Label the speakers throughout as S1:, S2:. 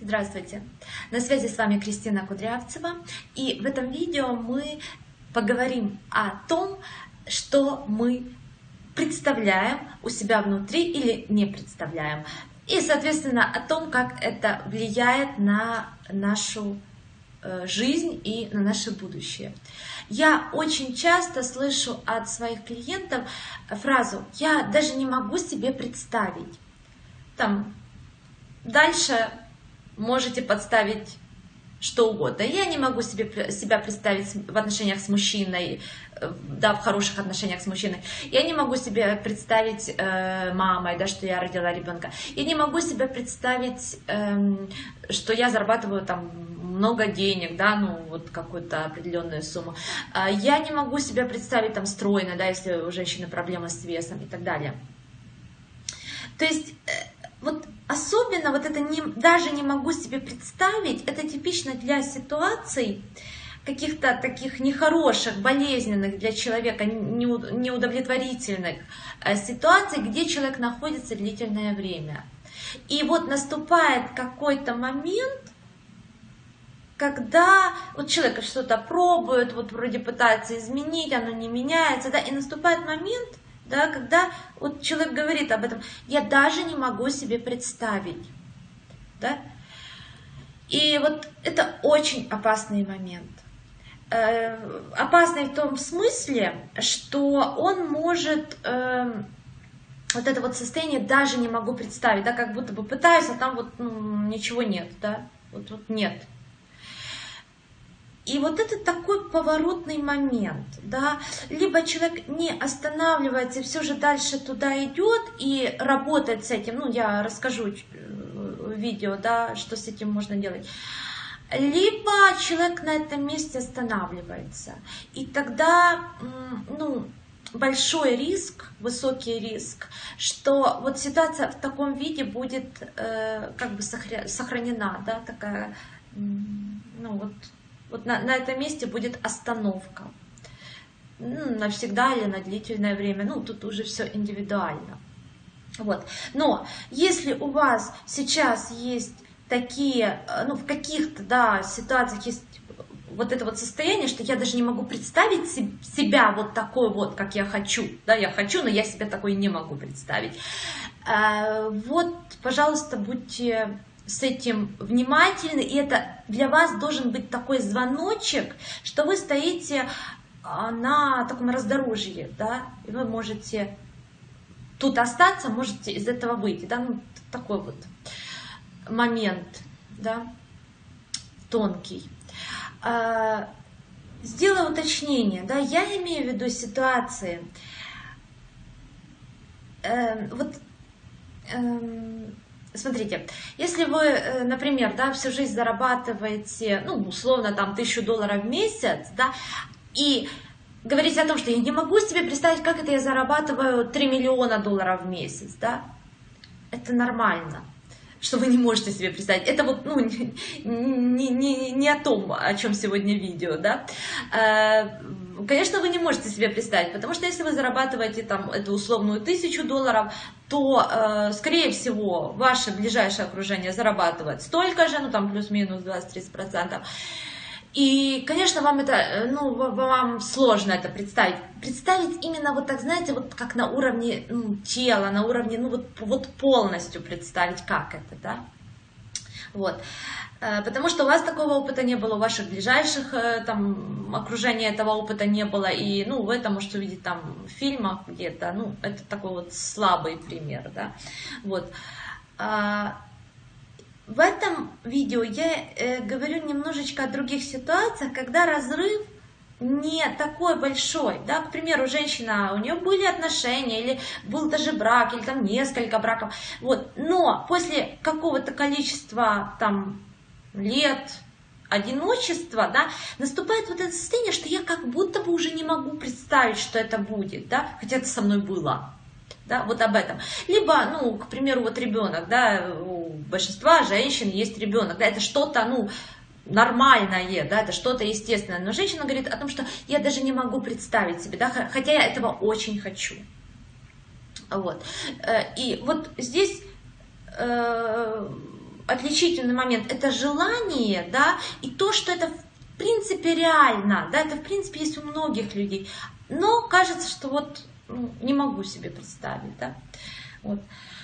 S1: Здравствуйте! На связи с вами Кристина Кудрявцева, и в этом видео мы поговорим о том, что мы представляем у себя внутри или не представляем, и, соответственно, о том, как это влияет на нашу жизнь и на наше будущее. Я очень часто слышу от своих клиентов фразу «я даже не могу себе представить». Дальше можете подставить что угодно. Я не могу себя представить в отношениях с мужчиной, да, в хороших отношениях с мужчиной. Я не могу себе представить мамой, да, что я родила ребенка. Я не могу себе представить, что я зарабатываю много денег, да, вот какую-то определенную сумму. Я не могу себе представить стройно, да, если у женщины проблемы с весом и так далее. То есть особенно это даже не могу себе представить, это типично для ситуаций каких-то таких нехороших, болезненных для человека, неудовлетворительных ситуаций, где человек находится длительное время. И наступает какой-то момент, когда человек что-то пробует, вроде пытается изменить, оно не меняется, да, и наступает момент, да, когда человек говорит об этом, я даже не могу себе представить. Да? И это очень опасный момент. Опасный в том смысле, что он может это состояние даже не могу представить, да, как будто бы пытаюсь, а там ничего нет, да, нет. И это такой поворотный момент, да, либо человек не останавливается и все же дальше туда идет и работает с этим, я расскажу в видео, да, что с этим можно делать, либо человек на этом месте останавливается, и тогда, большой риск, высокий риск, что ситуация в таком виде будет сохранена, да, такая, на этом месте будет остановка. Навсегда или на длительное время. Тут уже все индивидуально. Но если у вас сейчас есть такие, в каких-то, да, ситуациях есть это состояние, что я даже не могу представить себя такой как я хочу. Да, я хочу, но я себя такой не могу представить. Пожалуйста, будьте с этим внимательны, и это для вас должен быть такой звоночек, что вы стоите на таком раздорожье, да, и вы можете тут остаться, можете из этого выйти, да, такой момент, да, тонкий. Сделаю уточнение, да, я имею в виду ситуации, смотрите, если вы, например, да, всю жизнь зарабатываете, условно, $1000 в месяц, да, и говорите о том, что я не могу себе представить, как это я зарабатываю $3 миллиона в месяц, да, это нормально, что вы не можете себе представить. Это не о том, о чем сегодня видео, да. Конечно, вы не можете себе представить, потому что если вы зарабатываете эту условную $1000, то, скорее всего, ваше ближайшее окружение зарабатывает столько же, плюс-минус 20-30%. И, конечно, вам сложно это представить. Представить именно так, знаете, как на уровне тела, на уровне, полностью представить, как это, да. Потому что у вас такого опыта не было, у ваших ближайших окружения этого опыта не было, и вы это можете увидеть в фильмах где-то, это такой слабый пример, да. В этом видео я говорю немножечко о других ситуациях, когда разрыв не такой большой, да, к примеру, женщина, у нее были отношения, или был даже брак, или несколько браков, но после какого-то количества лет одиночества, да, наступает это состояние, что я как будто бы уже не могу представить, что это будет, да, хотя это со мной было. Да, об этом. Либо, к примеру, ребенок, да, у большинства женщин есть ребенок, да, это что-то, нормальное, да, это что-то естественное. Но женщина говорит о том, что я даже не могу представить себе, да, хотя я этого очень хочу. И здесь отличительный момент, это желание, да, и то, что это в принципе реально, да, это в принципе есть у многих людей, но кажется, что вот не могу себе представить, да, вот.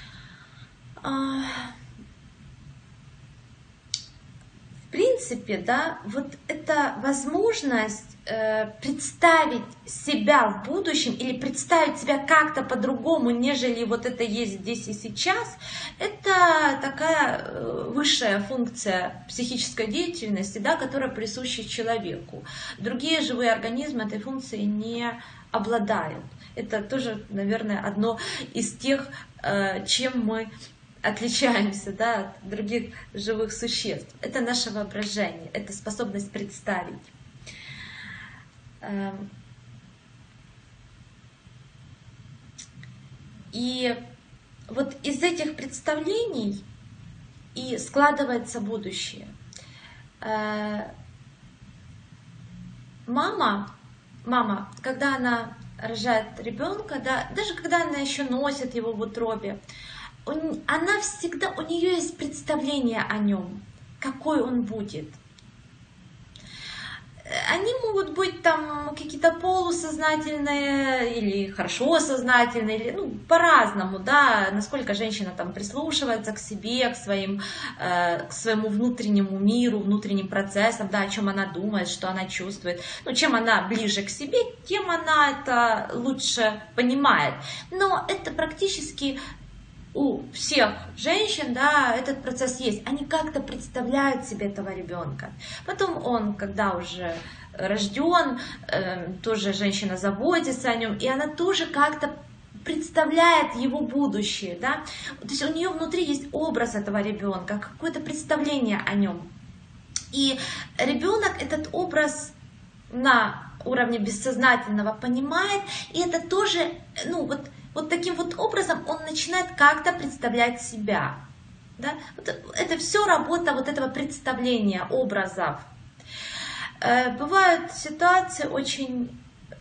S1: В принципе, да, вот эта возможность представить себя в будущем или представить себя как-то по-другому, нежели вот это есть здесь и сейчас, это такая высшая функция психической деятельности, да, которая присуща человеку. Другие живые организмы этой функцией не обладают. Это тоже, наверное, одно из тех, чем мы отличаемся, да, от других живых существ. Это наше воображение, это способность представить. И вот из этих представлений и складывается будущее. Мама, когда она рожает ребенка, да, даже когда она еще носит его в утробе, она всегда, у нее есть представление о нем, какой он будет. Они могут быть там какие-то полусознательные или хорошо сознательные, или, по-разному, да, насколько женщина там прислушивается к себе, к своему внутреннему миру, внутренним процессам, да, о чем она думает, что она чувствует. Чем она ближе к себе, тем она это лучше понимает. Но это практически у всех женщин, да, этот процесс есть. Они как-то представляют себе этого ребенка. Потом он, когда уже рожден, тоже женщина заботится о нем, и она тоже как-то представляет его будущее, да. То есть у нее внутри есть образ этого ребенка, какое-то представление о нем. И ребенок этот образ на уровне бессознательного понимает, и это тоже, вот таким вот образом он начинает как-то представлять себя. Да? Это все работа вот этого представления, образов. Бывают ситуации очень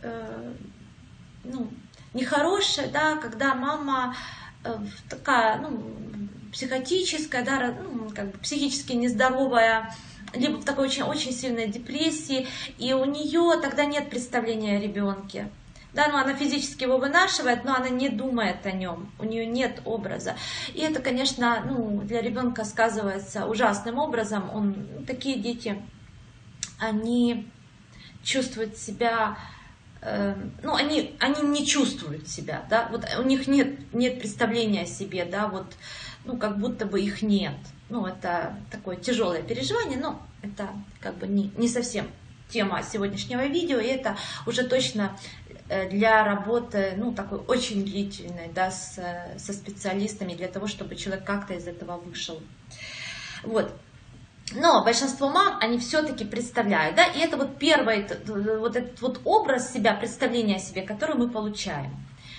S1: нехорошие, да, когда мама такая психотическая, да, психически нездоровая, либо в такой очень сильной депрессии, и у нее тогда нет представления о ребенке. Да, она физически его вынашивает, но она не думает о нем, у нее нет образа. И это, конечно, для ребенка сказывается ужасным образом. Такие дети, они чувствуют себя, они не чувствуют себя, да, вот у них нет представления о себе, да, вот, как будто бы их нет. Это такое тяжелое переживание, но это как бы не совсем тема сегодняшнего видео, и это уже точно для работы, такой очень длительной, да, со специалистами, для того, чтобы человек как-то из этого вышел. Вот. Но большинство мам, они все-таки представляют, да, и это вот первый, вот этот вот образ себя, представление о себе, который мы получаем.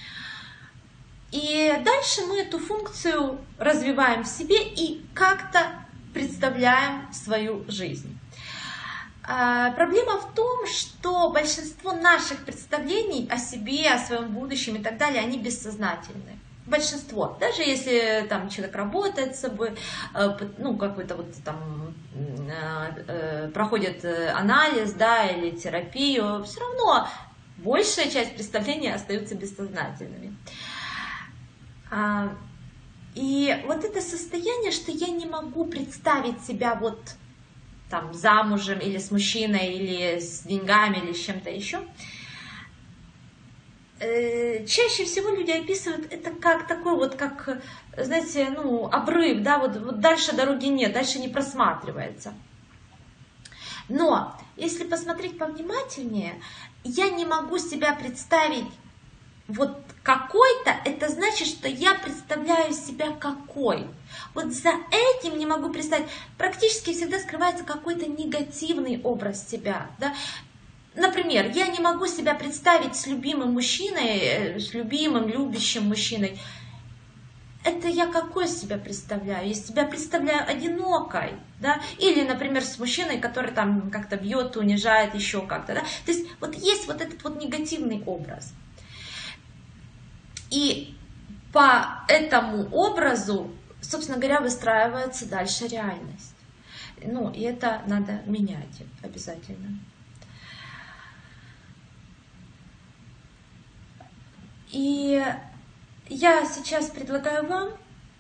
S1: И дальше мы эту функцию развиваем в себе и как-то представляем свою жизнь. Проблема в том, что большинство наших представлений о себе, о своем будущем и так далее, они бессознательны. Большинство. Даже если там человек работает с собой, какой-то вот там проходит анализ, да, или терапию, все равно большая часть представлений остаются бессознательными. И вот это состояние, что я не могу представить себя вот там замужем, или с мужчиной, или с деньгами, или с чем-то еще. Чаще всего люди описывают это как такой вот, как, знаете, обрыв, да, вот дальше дороги нет, дальше не просматривается. Но, если посмотреть повнимательнее, я не могу себя представить вот какой-то, это значит, что я представляю себя какой. Вот за этим не могу представить. Практически всегда скрывается какой-то негативный образ себя. Да? Например, я не могу себя представить с любимым мужчиной, с любимым, любящим мужчиной. Это я какой себя представляю? Я себя представляю одинокой. Да? Или, например, с мужчиной, который там как-то бьет, унижает, еще как-то. Да? То есть вот есть вот этот вот негативный образ. И по этому образу собственно говоря, выстраивается дальше реальность. Ну, и это надо менять обязательно. И я сейчас предлагаю вам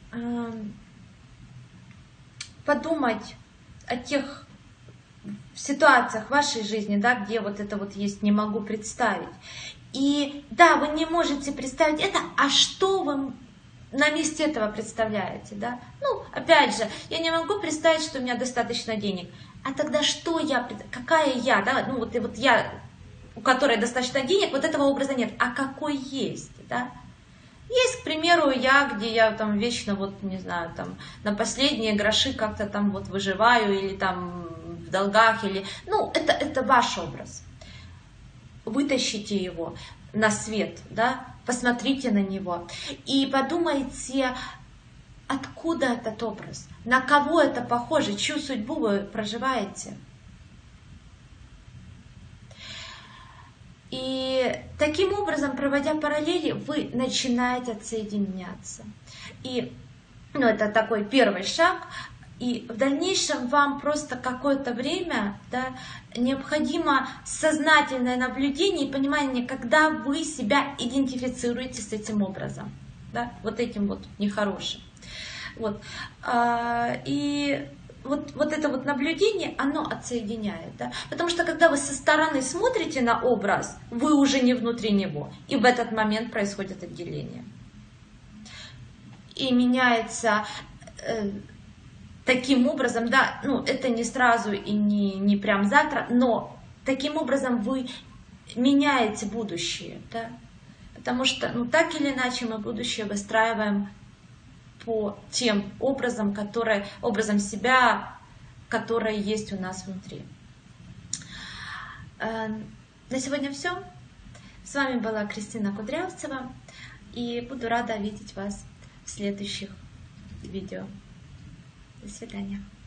S1: подумать о тех ситуациях в вашей жизни, да, где вот это вот есть «не могу представить». И да, вы не можете представить это, а что вы на месте этого представляете, да? Ну, опять же, я не могу представить, что у меня достаточно денег. А тогда что какая я, да? Ну, вот я, у которой достаточно денег, вот этого образа нет. А какой есть, да? Есть, к примеру, где я там вечно, вот, не знаю, там, на последние гроши как-то там вот выживаю, или там в долгах, или... Ну, это ваш образ. Вытащите его на свет, да, посмотрите на него и подумайте, откуда этот образ, на кого это похоже, чью судьбу вы проживаете. И таким образом, проводя параллели, вы начинаете отсоединяться. И это такой первый шаг. И в дальнейшем вам просто какое-то время, да, необходимо сознательное наблюдение и понимание, когда вы себя идентифицируете с этим образом, да, вот этим вот нехорошим. Вот. И вот это вот наблюдение, оно отсоединяет. Да? Потому что когда вы со стороны смотрите на образ, вы уже не внутри него. И в этот момент происходит отделение. И меняется... Таким образом, да, ну это не сразу и не прям завтра, но таким образом вы меняете будущее, да, потому что, ну так или иначе мы будущее выстраиваем по тем образам, образом себя, которые есть у нас внутри. На сегодня все. С вами была Кристина Кудрявцева, и буду рада видеть вас в следующих видео. До свидания.